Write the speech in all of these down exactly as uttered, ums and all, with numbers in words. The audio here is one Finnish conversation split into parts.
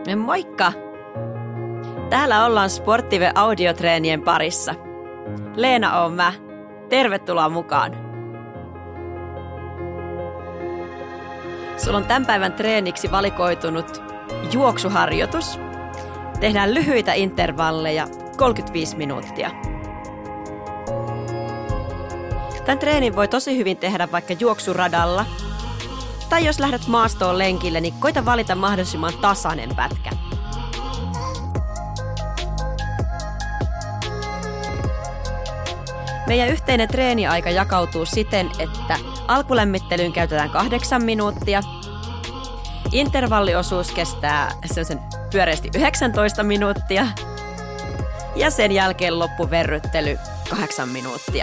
Moikka! Täällä ollaan Sportive audiotreenien parissa. Leena oon mä. Tervetuloa mukaan. Sulla on tämän päivän treeniksi valikoitunut juoksuharjoitus. Tehdään lyhyitä intervalleja, kolmekymmentäviisi minuuttia. Tämän treenin voi tosi hyvin tehdä vaikka juoksuradalla. Tai jos lähdet maastoon lenkille, niin koita valita mahdollisimman tasainen pätkä. Meidän yhteinen treeniaika jakautuu siten, että alkulämmittelyyn käytetään kahdeksan minuuttia. Intervalliosuus kestää sellaisen pyöreästi yhdeksäntoista minuuttia. Ja sen jälkeen loppuverryttely kahdeksan minuuttia.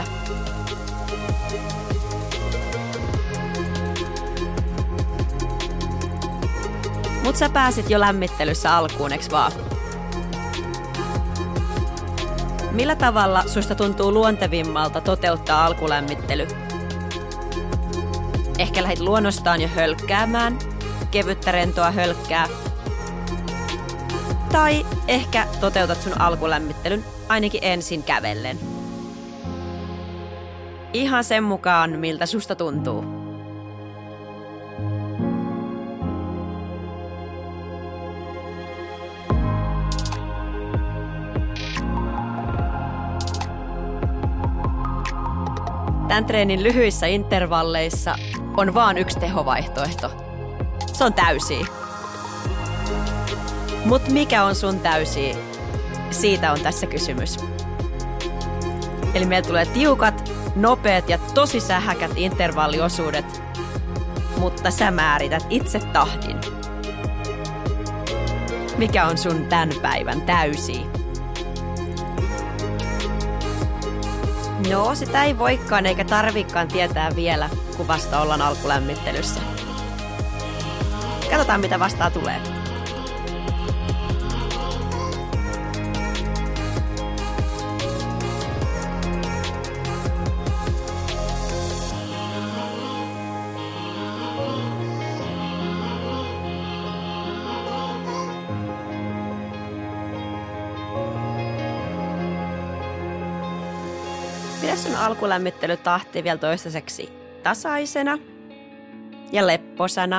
Mut sä pääsit jo lämmittelyssä alkuun, eks vaan? Millä tavalla susta tuntuu luontevimmalta toteuttaa alkulämmittely? Ehkä lähdit luonnostaan jo hölkkäämään, kevyttä rentoa hölkkää. Tai ehkä toteutat sun alkulämmittelyn ainakin ensin kävellen. Ihan sen mukaan, miltä susta tuntuu. Tämän treenin lyhyissä intervalleissa on vaan yksi tehovaihtoehto. Se on täysiä. Mut mikä on sun täysiä? Siitä on tässä kysymys. Eli meillä tulee tiukat, nopeat ja tosi sähäkät intervalliosuudet, mutta sä määrität itse tahdin. Mikä on sun tämän päivän täysiä? No, sitä ei voikaan eikä tarvikaan tietää vielä, kun vasta ollaan alkulämmittelyssä. Katsotaan, mitä vastaan tulee. Pidä sun alkulämmittelytahti vielä toistaiseksi tasaisena ja lepposana.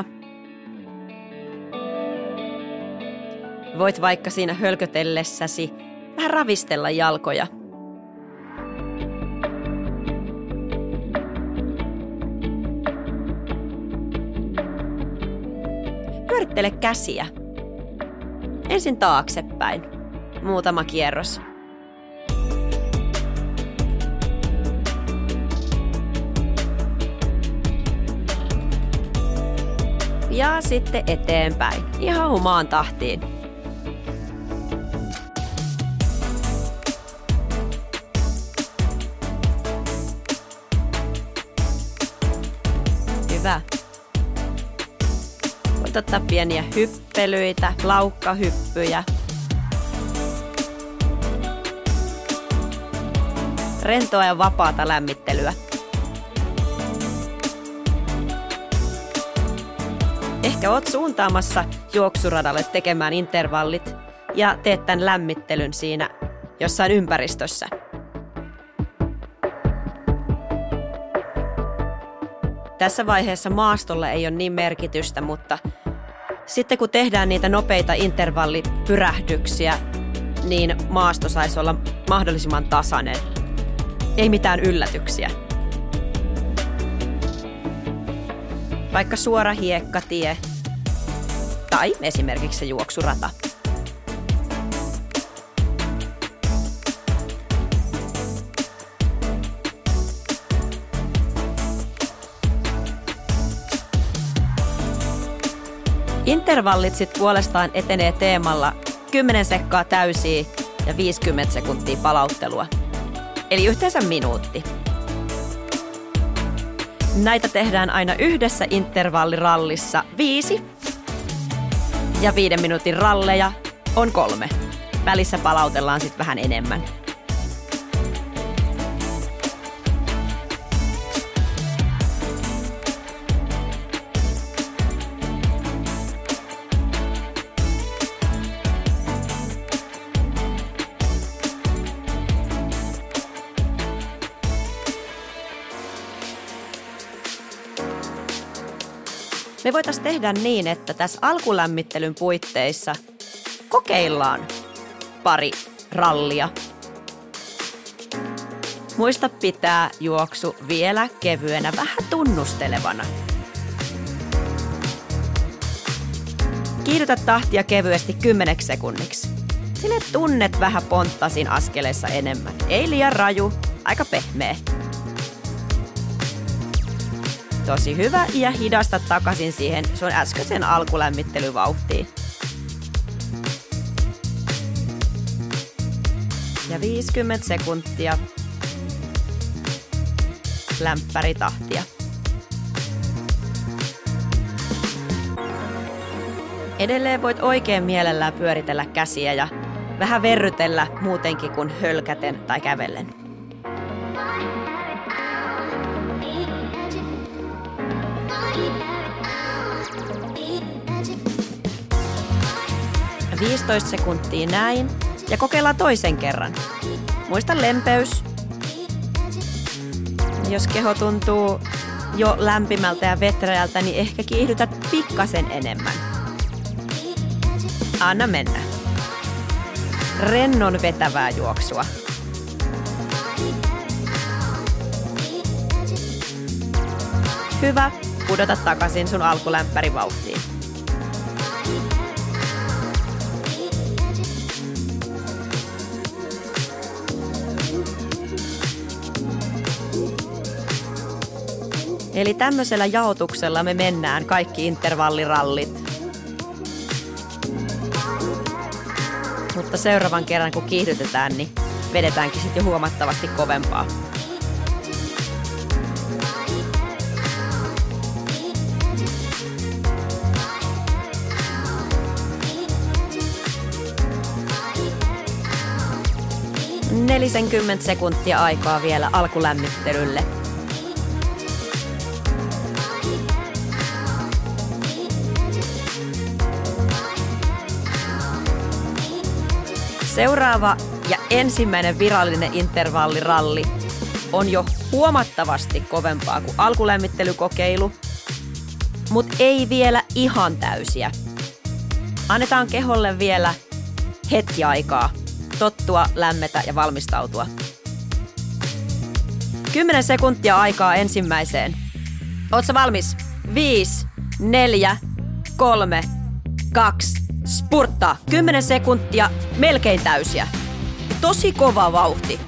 Voit vaikka siinä hölkötellessäsi vähän ravistella jalkoja. Pyörittele käsiä. Ensin taaksepäin. Muutama kierros. Ja sitten eteenpäin, ihan omaan tahtiin. Hyvä. Voit ottaa pieniä hyppelyitä, laukkahyppyjä. Rentoa ja vapaata lämmittelyä. Ehkä oot suuntaamassa juoksuradalle tekemään intervallit ja teet tämän lämmittelyn siinä jossain ympäristössä. Tässä vaiheessa maastolla ei ole niin merkitystä, mutta sitten kun tehdään niitä nopeita intervallipyrähdyksiä, niin maasto saisi olla mahdollisimman tasainen. Ei mitään yllätyksiä. Vaikka suora hiekkatie tai esimerkiksi se juoksurata. Intervallit sit puolestaan etenee teemalla kymmenen sekkaa täysiä ja viisikymmentä sekuntia palauttelua. Eli yhteensä minuutti. Näitä tehdään aina yhdessä intervallirallissa viisi ja viiden minuutin ralleja on kolme. Välissä palautellaan sitten vähän enemmän. me voitaisiin tehdä niin, että tässä alkulämmittelyn puitteissa kokeillaan pari rallia. Muista pitää juoksu vielä kevyenä, vähän tunnustelevana. Kiihdytä tahtia kevyesti kymmeneksi sekunniksi. Sinne tunnet vähän ponttasin askeleissa enemmän. Ei liian raju, aika pehmeä. Tosi hyvä ja hidasta takaisin siihen sun äskeisen alkulämmittelyvauhtiin. Ja viisikymmentä sekuntia lämpäritahtia. Edelleen voit oikein mielellään pyöritellä käsiä ja vähän verrytellä muutenkin kuin hölkäten tai kävellen. viisitoista sekuntia näin ja kokeillaan toisen kerran. Muista lempeys. Jos keho tuntuu jo lämpimältä ja vetreältä, niin ehkä kiihdytät pikkasen enemmän. Anna mennä. Rennon vetävää juoksua. Hyvä. Pudota takaisin sun alkulämpärivauhtiin. Eli tämmöisellä jaotuksella me mennään kaikki intervallirallit. Mutta seuraavan kerran kun kiihdytetään, niin vedetäänkin sitten jo huomattavasti kovempaa. neljäkymmentä sekuntia aikaa vielä alkulämmittelylle. Seuraava ja ensimmäinen virallinen intervalliralli on jo huomattavasti kovempaa kuin alkulämmittelykokeilu, mutta ei vielä ihan täysiä. Annetaan keholle vielä hetki aikaa tottua, lämmetä ja valmistautua. Kymmenen sekuntia aikaa ensimmäiseen. Ootko valmis? Viisi, neljä, kolme, kaksi, spurttaa. Kymmenen sekuntia, melkein täysiä. Tosi kova vauhti.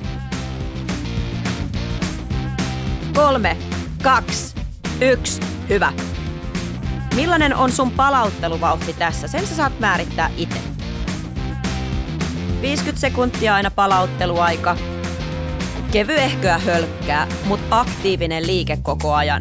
Kolme, kaksi, yksi, hyvä. Millainen on sun palautteluvauhti tässä? Sen sä saat määrittää itse. viisikymmentä sekuntia aina palautteluaika. Kevyehköä hölkkää, mutta aktiivinen liike koko ajan.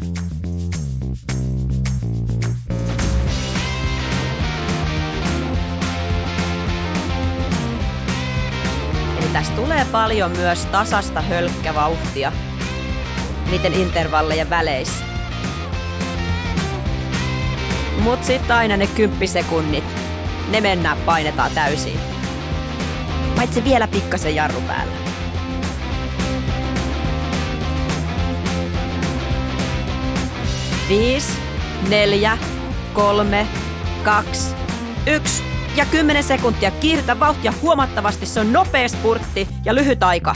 Eli tässä tulee paljon myös tasasta hölkkävauhtia niiden intervallejen väleissä. Mut sit aina ne kymppisekunnit, ne mennään painetaan täysin. Paitsi vielä pikkasen jarru päällä. Viisi, neljä, kolme, kaksi, yksi ja kymmenen sekuntia. Kiihdytä vauhtia huomattavasti. Se on nopea spurtti ja lyhyt aika.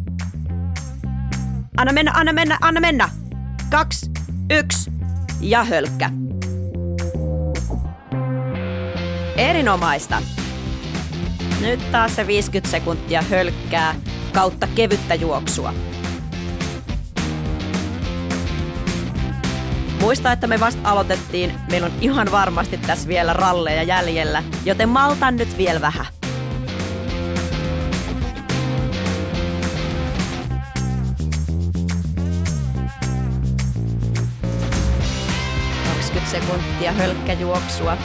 Anna mennä, anna mennä, anna mennä. Kaksi, yksi ja hölkkä. Erinomaista. Nyt taas se viisikymmentä sekuntia hölkkää kautta kevyttä juoksua. Muista, että me vasta aloitettiin. Meillä on ihan varmasti tässä vielä ralleja jäljellä, joten maltan nyt vielä vähän. kaksikymmentä sekuntia hölkkäjuoksua.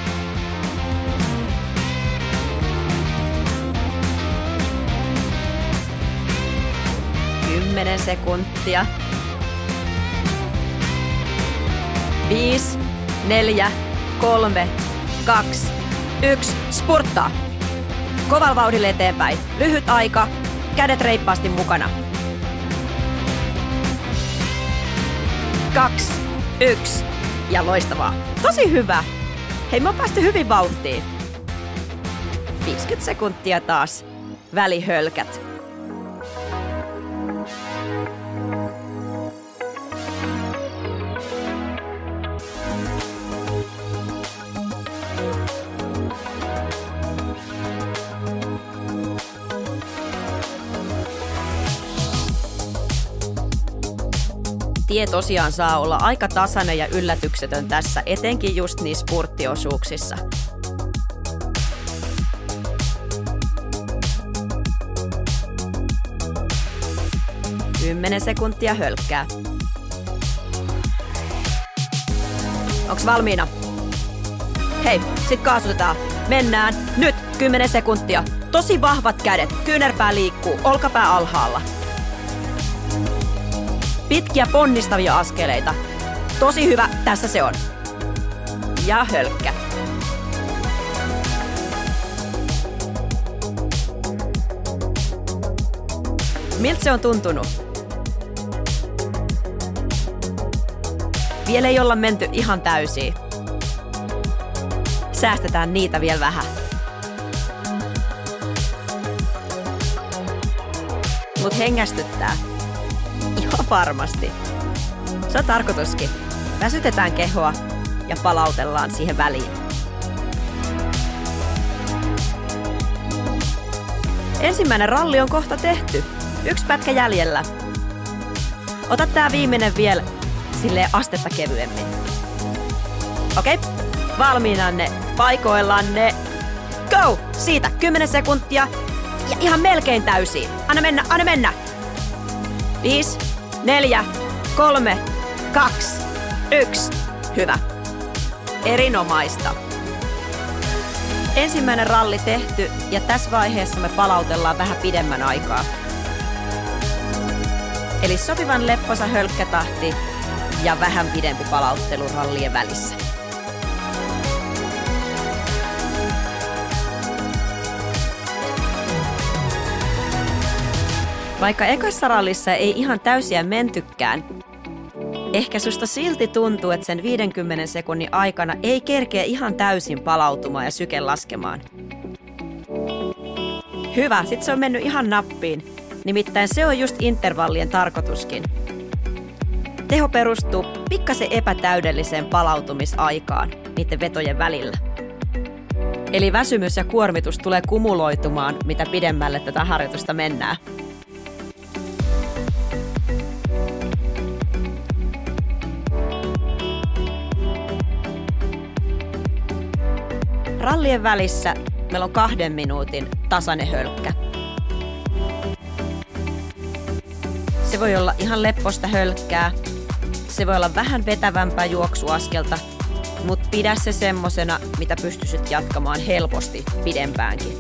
kymmenen sekuntia. Viisi, neljä, kolme, kaksi, yksi, spurttaa. Kovalla vauhdilla eteenpäin. Lyhyt aika, kädet reippaasti mukana. Kaksi, yksi Ja loistavaa. Tosi hyvä. Hei, me on päästy hyvin vauhtiin. viisikymmentä sekuntia taas. Välihölkät. Tie tosiaan saa olla aika tasainen ja yllätyksetön tässä, etenkin just niissä spurttiosuuksissa. Kymmenen sekuntia hölkkää. Onks valmiina? Hei, sit kaasutetaan. Mennään. Nyt kymmenen sekuntia. Tosi vahvat kädet. Kyynärpää liikkuu. Olkapää alhaalla. Pitkiä ponnistavia askeleita. Tosi hyvä. Tässä se on. Ja hölkkä. Miltä se on tuntunut? Vielä ei olla menty ihan täysiin. Säästetään niitä vielä vähän. Mut hengästyttää. Ihan varmasti. Se on tarkoituskin. Väsytetään kehoa ja palautellaan siihen väliin. Ensimmäinen ralli on kohta tehty. Yksi pätkä jäljellä. Ota tää viimeinen vielä silleen astetta kevyemmin. Okei, okay. Valmiinanne, paikoillanne. Go! Siitä kymmenen sekuntia ja ihan melkein täysiin. Anna mennä, anna mennä. Viisi, neljä, kolme, kaksi, yksi. Hyvä. Erinomaista. Ensimmäinen ralli tehty ja tässä vaiheessa me palautellaan vähän pidemmän aikaa. Eli sopivan lepposa hölkkätahti ja vähän pidempi palauttelu rallien välissä. Vaikka ekassa rallissa ei ihan täysiä mentykään, ehkä susta silti tuntuu, että sen viidenkymmenen sekunnin aikana ei kerkeä ihan täysin palautumaan ja syke laskemaan. Hyvä, sit se on mennyt ihan nappiin. Nimittäin se on just intervallien tarkoituskin. Teho perustuu pikkasen epätäydelliseen palautumisaikaan niiden vetojen välillä. Eli väsymys ja kuormitus tulee kumuloitumaan, mitä pidemmälle tätä harjoitusta mennään. Rallien välissä meillä on kahden minuutin tasainen hölkkä. Se voi olla ihan lepposta hölkkää, se voi olla vähän vetävämpää juoksuaskelta, mutta pidä se semmosena, mitä pystyisit jatkamaan helposti pidempäänkin.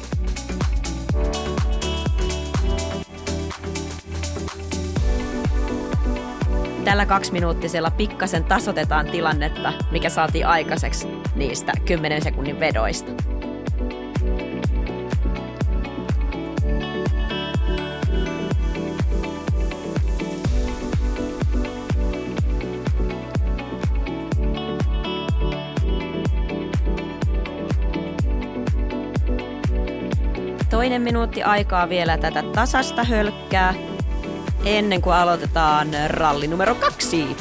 Tällä kaksiminuuttisella pikkasen tasotetaan tilannetta, mikä saatiin aikaiseksi niistä kymmenen sekunnin vedoista. Toinen minuutti aikaa vielä tätä tasasta hölkkää, ennen kuin aloitetaan ralli numero kaksi.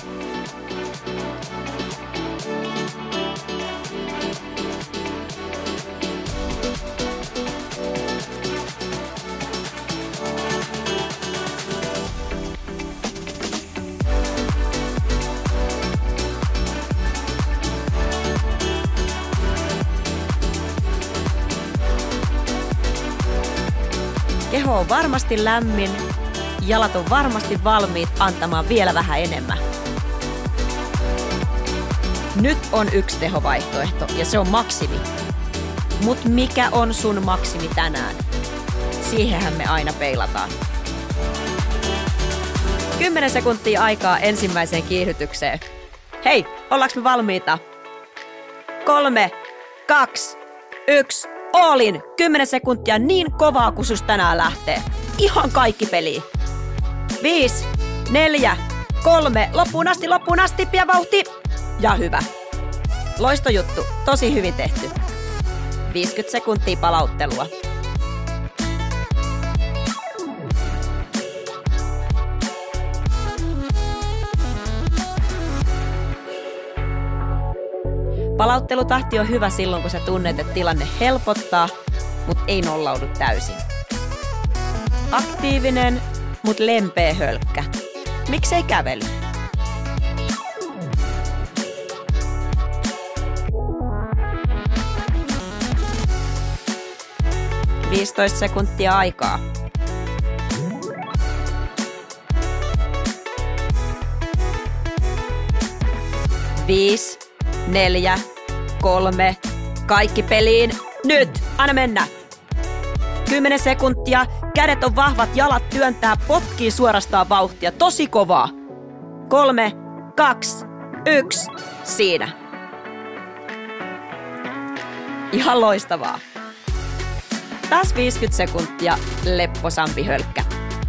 Keho on varmasti lämmin, jalat on varmasti valmiit antamaan vielä vähän enemmän. Nyt on yksi tehovaihtoehto ja se on maksimi. Mut mikä on sun maksimi tänään? Siihenhän me aina peilataan. Kymmenen sekuntia aikaa ensimmäiseen kiihdytykseen. Hei, ollaanko me valmiita? Kolme, kaksi, yksi. All in! Kymmenen sekuntia niin kovaa kuin susta tänään lähtee. Ihan kaikki peliin. Viisi, neljä, kolme, loppuun asti, loppuun asti, pian vauhti. Ja hyvä. Loistojuttu, tosi hyvin tehty. viisikymmentä sekuntia palauttelua. Palauttelutahti on hyvä silloin, kun sä tunnet, että tilanne helpottaa, mutta ei nollaudu täysin. Aktiivinen, mutta lempeä hölkkä. Miksei kävely? viisitoista sekuntia aikaa. Viisi, neljä, kolme, kaikki peliin. Nyt, anna mennä. Kymmenen sekuntia, kädet on vahvat, jalat työntää, potkii suorastaan vauhtia, tosi kovaa. Kolme, kaksi, yksi, siinä. Ihan loistavaa. Taas viisikymmentä sekuntia, lepposampi hölkkä.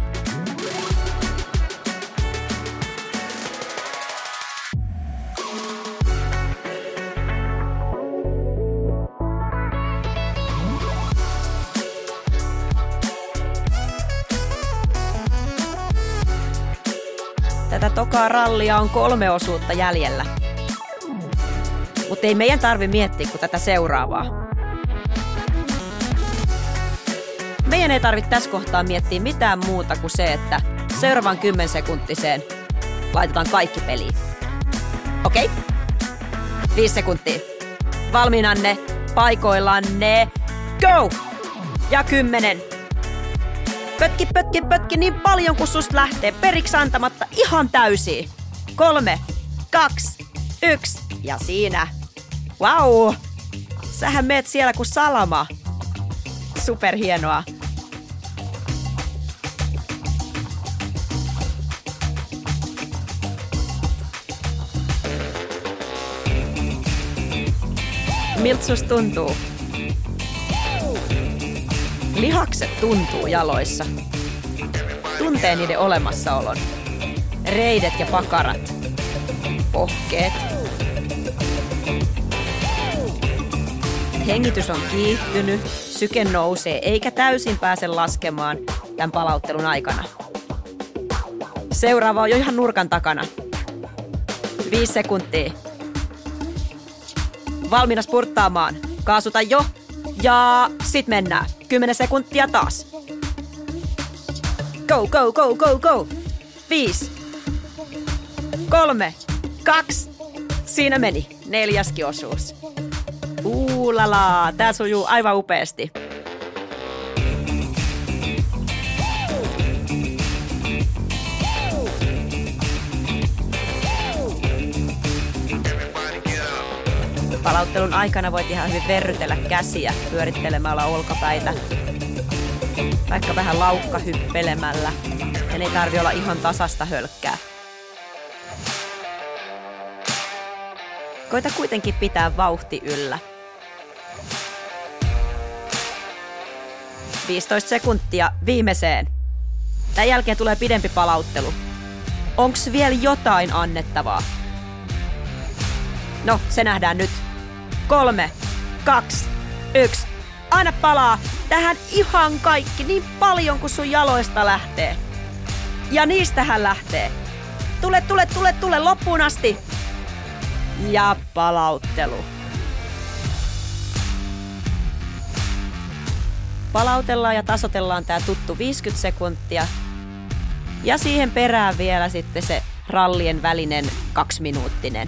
Tätä tokaa rallia on kolme osuutta jäljellä. Mutta ei meidän tarvi miettiä kuin tätä seuraavaa. Meidän ei tarvitse tässä kohtaa miettiä mitään muuta kuin se, että seuraavan kymmen sekuntiseen laitetaan kaikki peliin. Okei? Okay? Viisi sekuntia. Valmiinanne, paikoillanne, go! Ja kymmenen. Pötki, pötki, pötki niin paljon kuin susta lähtee, periksi antamatta ihan täysiin. Kolme, kaksi, yksi ja siinä. Vau! Sähän meet siellä kuin salama. Superhienoa. Miltä susta tuntuu? Lihakset tuntuu jaloissa. Tuntee niiden olemassaolon. Reidet ja pakarat. Pohkeet. Hengitys on kiihtynyt, syke nousee eikä täysin pääse laskemaan tämän palauttelun aikana. Seuraava on jo ihan nurkan takana. Viisi sekuntia. Valmiina spurttaamaan. Kaasuta jo. Ja sit mennään. Kymmenen sekuntia taas. Go, go, go, go, go. Viisi. Kolme. Kaksi. Siinä meni. Neljäskin osuus. Uulala. Tää sujuu aivan upeasti. Palauttelun aikana voit ihan hyvin verrytellä käsiä pyörittelemällä olkapäitä, vaikka vähän laukkahyppelemällä. Ja ei tarvi olla ihan tasasta hölkkää. Koita kuitenkin pitää vauhti yllä. viisitoista sekuntia viimeiseen. Tämän jälkeen tulee pidempi palauttelu. Onks vielä jotain annettavaa? No, se nähdään nyt. Kolme, kaksi, yksi. Anna palaa tähän ihan kaikki niin paljon kuin sun jaloista lähtee. Ja niistähän lähtee. Tule, tule, tule, tule loppuun asti. Ja palauttelu. Palautellaan ja tasotellaan tää tuttu viisikymmentä sekuntia. Ja siihen perään vielä sitten se rallien välinen kaksiminuuttinen.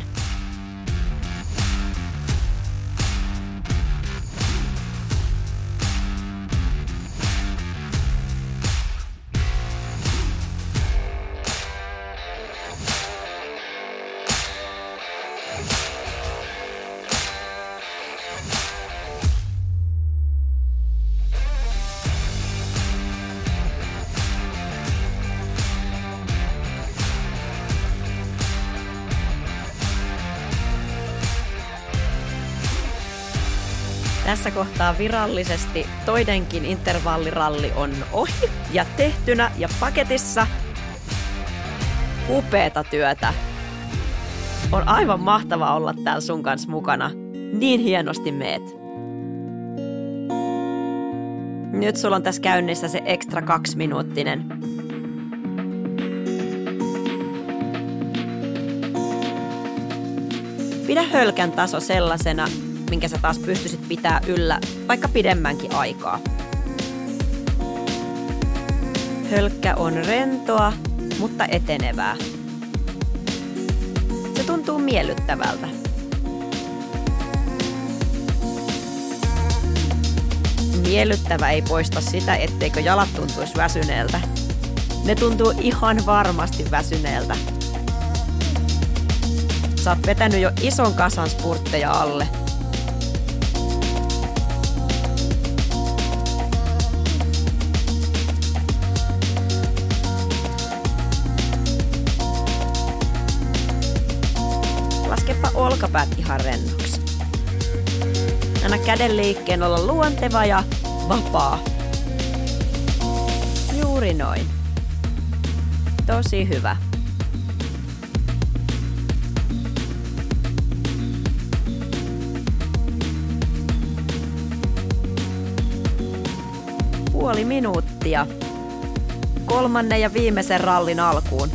Tässä kohtaa virallisesti toinenkin intervalliralli on ohi ja tehtynä ja paketissa. Upeata työtä. On aivan mahtavaa olla täällä sun kanssa mukana. Niin hienosti meet. Nyt sulla on tässä käynnissä se ekstra kaksiminuuttinen. Pidä hölkän taso sellaisena, minkä sä taas pystyisit pitää yllä vaikka pidemmänkin aikaa. Hölkkä on rentoa, mutta etenevää. Se tuntuu miellyttävältä. Miellyttävä ei poista sitä, etteikö jalat tuntuisi väsyneeltä. Ne tuntuu ihan varmasti väsyneeltä. Sä oot vetänyt jo ison kasan spurtteja alle. Laskepa olkapäät ihan rennoksi. Anna käden liikkeen olla luonteva ja vapaa. Juuri noin. Tosi hyvä. Puoli minuuttia. Kolmannen ja viimeisen rallin alkuun.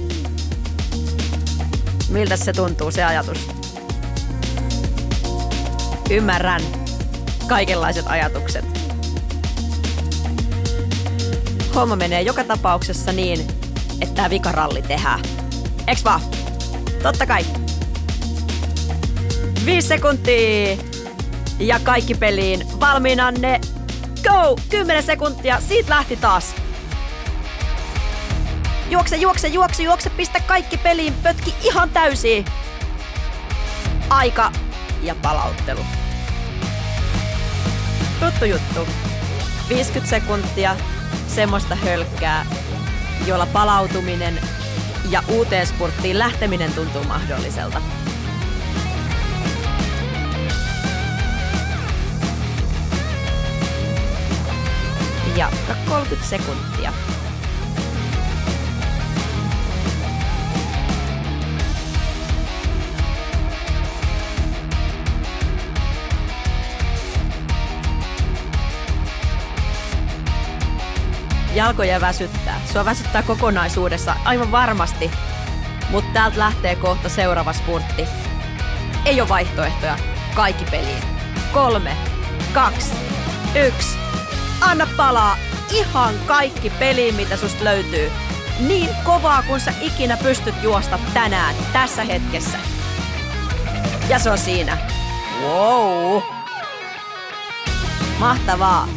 Miltä se tuntuu se ajatus? Ymmärrän. Kaikenlaiset ajatukset. Homma menee joka tapauksessa niin, että tää vikaralli tehdään. Eiks vaan? Totta kai. Viisi sekuntia. Ja kaikki peliin. Valmiinanne. Go! Kymmenen sekuntia. Siitä lähti taas. Juokse, juokse, juokse, juokse. Pistä kaikki peliin. Pötki ihan täysiin. Aika ja palauttelu. Tuttu juttu. viisikymmentä sekuntia. Semmoista hölkkää, jolla palautuminen ja uuteen spurttiin lähteminen tuntuu mahdolliselta. Jatka kolmekymmentä sekuntia. Jalkoja väsyttää. Sua väsyttää kokonaisuudessa aivan varmasti. Mutta täältä lähtee kohta seuraava spurtti. Ei ole vaihtoehtoja. Kaikki peliin. Kolme, kaksi, yksi. Anna palaa ihan kaikki peliin, mitä susta löytyy. Niin kovaa, kun sä ikinä pystyt juosta tänään, tässä hetkessä. Ja se on siinä. Wow. Mahtavaa.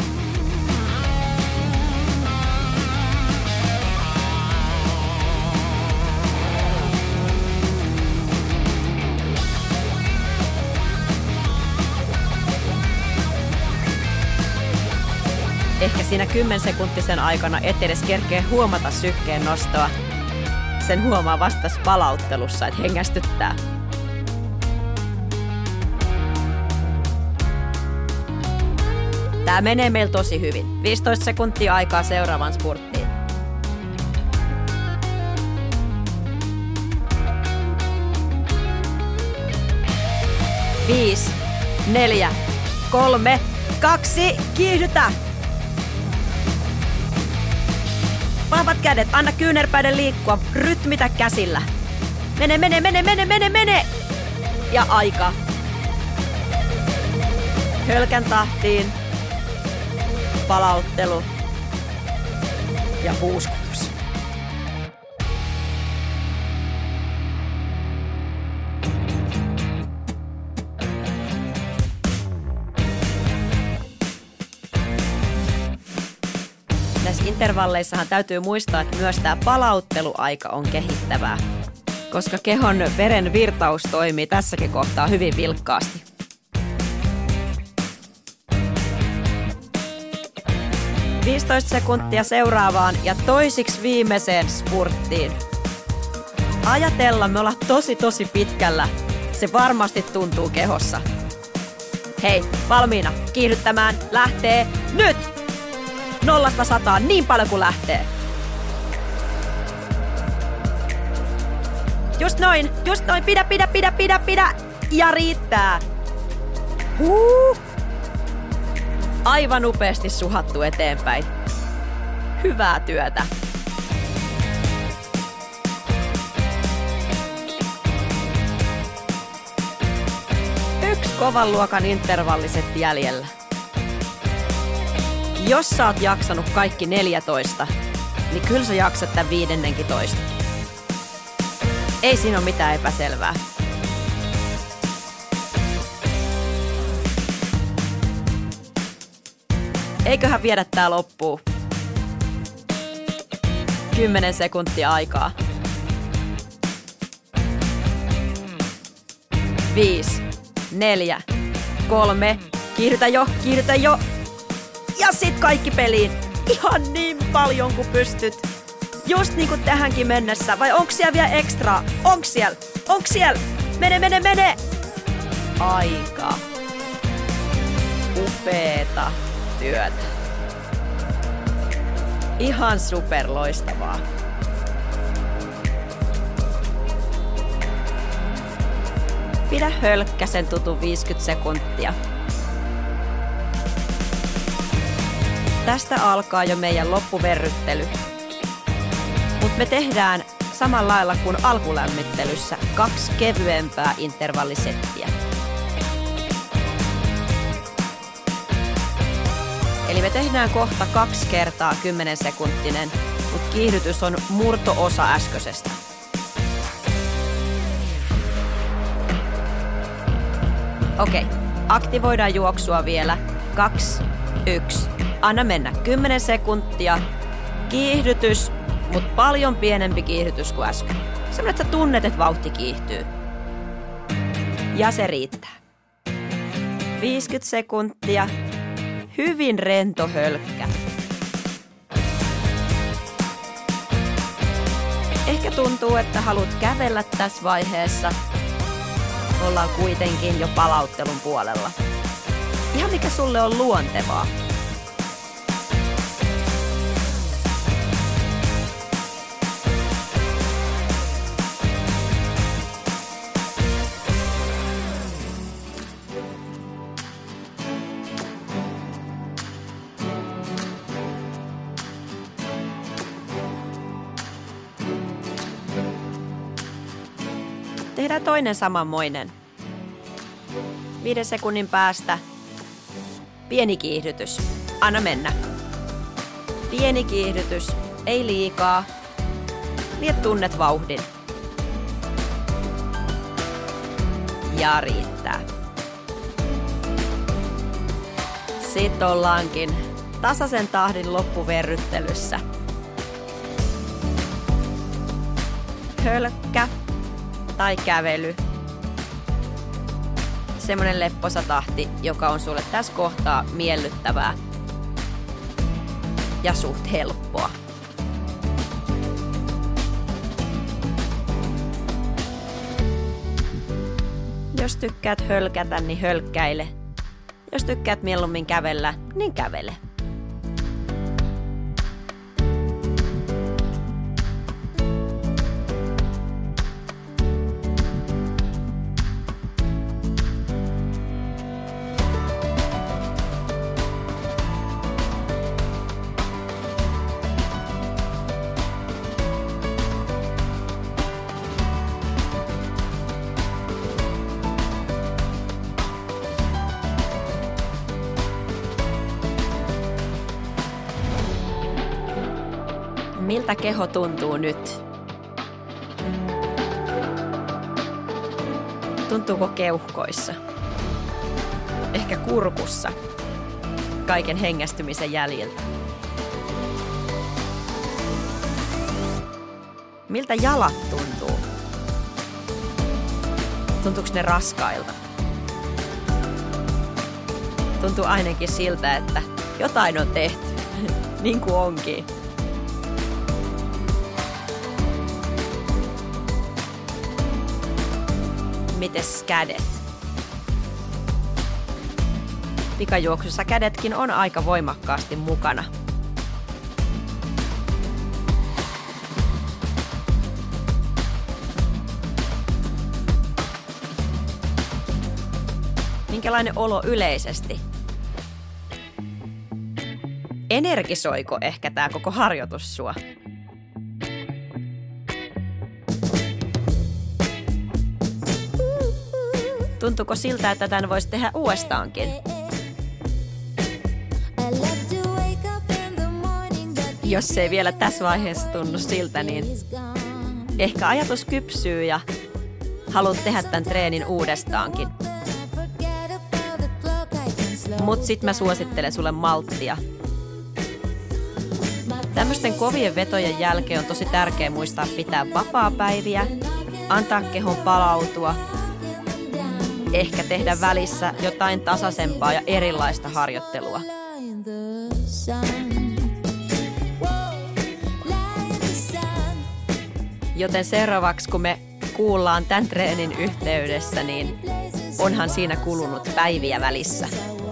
Ehkä siinä kymmensekunttisen aikana et edes kerkeä huomata sykkeen nostoa. Sen huomaa vasta palauttelussa, että hengästyttää. Tää menee meillä tosi hyvin. viisitoista sekuntia aikaa seuraavan spurttiin. Viisi, neljä, kolme, kaksi, kiihdytä! Vahvat kädet, anna kyynärpäiden liikkua, rytmitä käsillä. Mene, mene, mene, mene, mene, mene! Ja aika. Hölkän tahtiin. Palauttelu. Ja puuskutus. Näissä intervalleissahan täytyy muistaa, että myös tämä palautteluaika on kehittävää, koska kehon veren virtaus toimii tässäkin kohtaa hyvin vilkkaasti. viisitoista sekuntia seuraavaan ja toisiksi viimeiseen spurttiin. Ajatella, me ollaan tosi tosi pitkällä. Se varmasti tuntuu kehossa. Hei, valmiina kiihdyttämään, lähtee nyt! Nollasta sataan niin paljon kuin lähtee. Just noin, just noin. Pidä, pidä, pidä, pidä, pidä. Ja riittää. Huu. Aivan upeasti suhattu eteenpäin. Hyvää työtä. Yksi kovan luokan intervallisetti jäljellä. Jos sä oot jaksanut kaikki neljätoista, niin kyllä sä jaksat tämän viidennenkin toista. Ei siinä ole mitään epäselvää. Eiköhän viedä tää loppuun. Kymmenen sekuntia aikaa. Viisi, neljä, kolme, kiihdytä jo, kiihdytä jo. Ja sit kaikki peliin. Ihan niin paljon kuin pystyt. Just niin kuin tähänkin mennessä. Vai onks siellä vielä ekstraa? Onks siellä? Onks siellä? Mene, mene, mene! Aika. Upeeta työtä. Ihan superloistavaa. Pidä hölkkäsen tutun viisikymmentä sekuntia. Tästä alkaa jo meidän loppuverryttely. Mutta me tehdään samalla lailla kuin alkulämmittelyssä kaksi kevyempää intervallisettiä. Eli me tehdään kohta kaksi kertaa kymmenen sekuntinen, mutta kiihdytys on murto-osa äskeisestä. Okei, aktivoidaan juoksua vielä. Kaksi, yksi. Anna mennä. Kymmenen sekuntia. Kiihdytys, mutta paljon pienempi kiihdytys kuin äsken. Semmoinen, että sä tunnet, että vauhti kiihtyy. Ja se riittää. viisikymmentä sekuntia. Hyvin rento hölkkä. Ehkä tuntuu, että haluat kävellä tässä vaiheessa. Ollaan kuitenkin jo palauttelun puolella. Ihan mikä sulle on luontevaa. Tehdään toinen samanmoinen. Viiden sekunnin päästä pieni kiihdytys. Anna mennä. Pieni kiihdytys, ei liikaa. Niin et tunnet vauhdin. Ja riittää. Sitten ollaankin tasaisen tahdin loppuverryttelyssä. Hölkkä tai kävely. Semmoinen lepposa tahti, joka on sulle tässä kohtaa miellyttävää ja suht helppoa. Jos tykkäät hölkätä, niin hölkkäile. Jos tykkäät mieluummin kävellä, niin kävele. Miltä keho tuntuu nyt? Tuntuuko keuhkoissa? Ehkä kurkussa? Kaiken hengästymisen jäljiltä. Miltä jalat tuntuu? Tuntuuko ne raskailta? Tuntuu ainakin siltä, että jotain on tehty, niin kuin onkin. Mites kädet? Pikajuoksussa kädetkin on aika voimakkaasti mukana. Minkälainen olo yleisesti? Energisoiko ehkä tämä koko harjoitus sua? Tuntuuko siltä, että tämän voisi tehdä uudestaankin? Jos se ei vielä tässä vaiheessa tunnu siltä, niin ehkä ajatus kypsyy ja haluat tehdä tämän treenin uudestaankin. Mut sit mä suosittelen sulle malttia. Tämmöisten kovien vetojen jälkeen on tosi tärkeää muistaa pitää vapaapäiviä, antaa kehon palautua, ehkä tehdä välissä jotain tasaisempaa ja erilaista harjoittelua. Joten seuraavaksi, kun me kuullaan tämän treenin yhteydessä, niin onhan siinä kulunut päiviä välissä.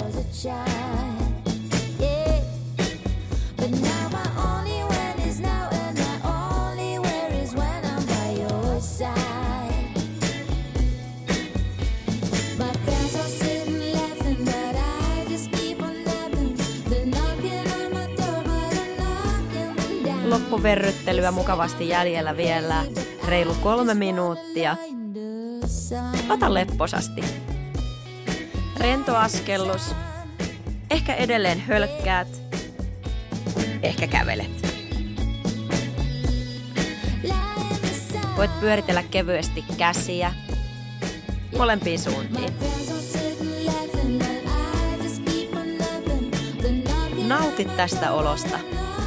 Loppuverryttelyä mukavasti jäljellä vielä reilu kolme minuuttia. Ota lepposasti. Rento askellus. Ehkä edelleen hölkkäät. Ehkä kävelet. Voit pyöritellä kevyesti käsiä molempiin suuntiin. Nautit tästä olosta.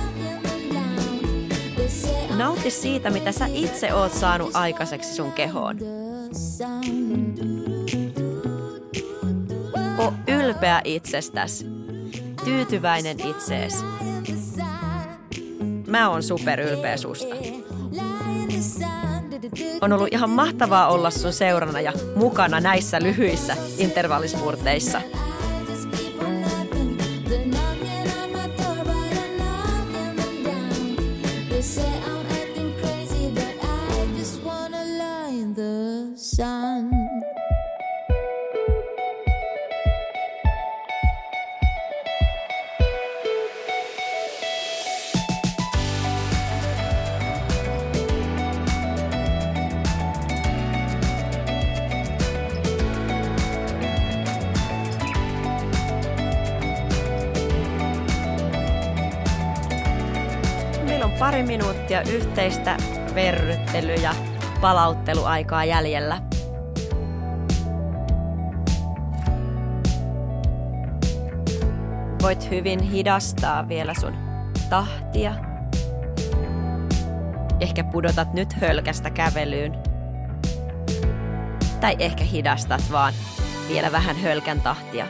Nauti siitä, mitä sä itse oot saanut aikaiseksi sun kehoon. Oo ylpeä itsestäsi. Tyytyväinen itseesi. Mä oon superylpeä susta. On ollut ihan mahtavaa olla sun seurana ja mukana näissä lyhyissä intervallispurteissa. Pari minuuttia yhteistä verryttely- ja palautteluaikaa jäljellä. Voit hyvin hidastaa vielä sun tahtia. Ehkä pudotat nyt hölkästä kävelyyn. Tai ehkä hidastat vaan vielä vähän hölkän tahtia.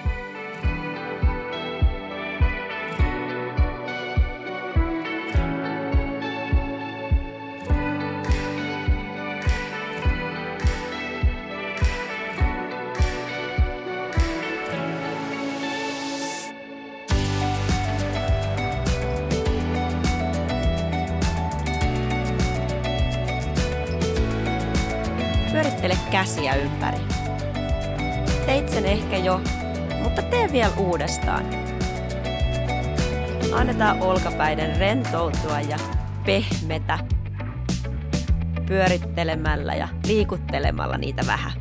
Pyörittele käsiä ympäri. Teit sen ehkä jo, mutta tee vielä uudestaan. Annetaan olkapäiden rentoutua ja pehmetä pyörittelemällä ja liikuttelemalla niitä vähän.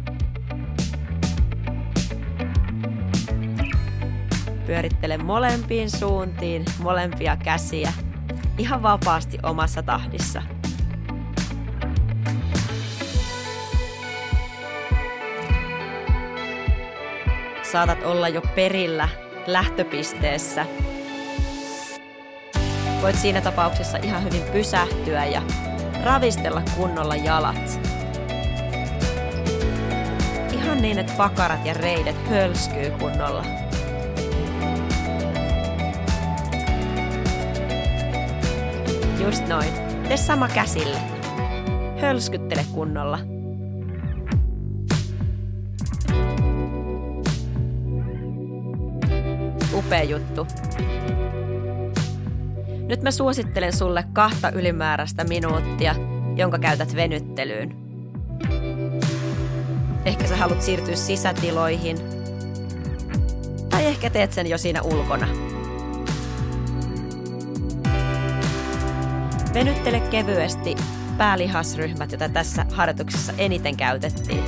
Pyörittele molempiin suuntiin, molempia käsiä ihan vapaasti omassa tahdissa. Saatat olla jo perillä lähtöpisteessä. Voit siinä tapauksessa ihan hyvin pysähtyä ja ravistella kunnolla jalat. Ihan niin, että pakarat ja reidet hölskyy kunnolla. Just noin. Tee sama käsille. Hölskyttele kunnolla. Upea juttu. Nyt mä suosittelen sulle kahta ylimääräistä minuuttia, jonka käytät venyttelyyn. Ehkä sä haluat siirtyä sisätiloihin, ehkä teet sen jo siinä ulkona. Venyttele kevyesti päälihasryhmät, joita tässä harjoituksessa eniten käytettiin.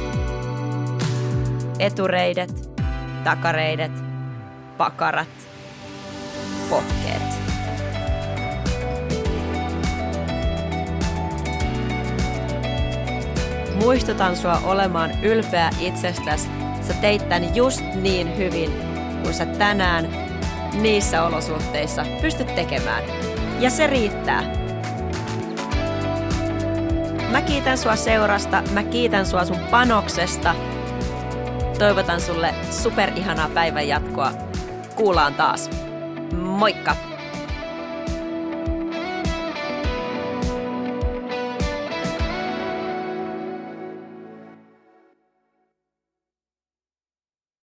Etureidet, takareidet, pakarat, pohkeet. Muistutan sua olemaan ylpeä itsestäsi. Sä teit tän just niin hyvin, kun sä tänään niissä olosuhteissa pystyt tekemään. Ja se riittää. Mä kiitän sua seurasta, mä kiitän sua sun panoksesta. Toivotan sulle superihanaa päivän jatkoa. Kuullaan taas. Moikka!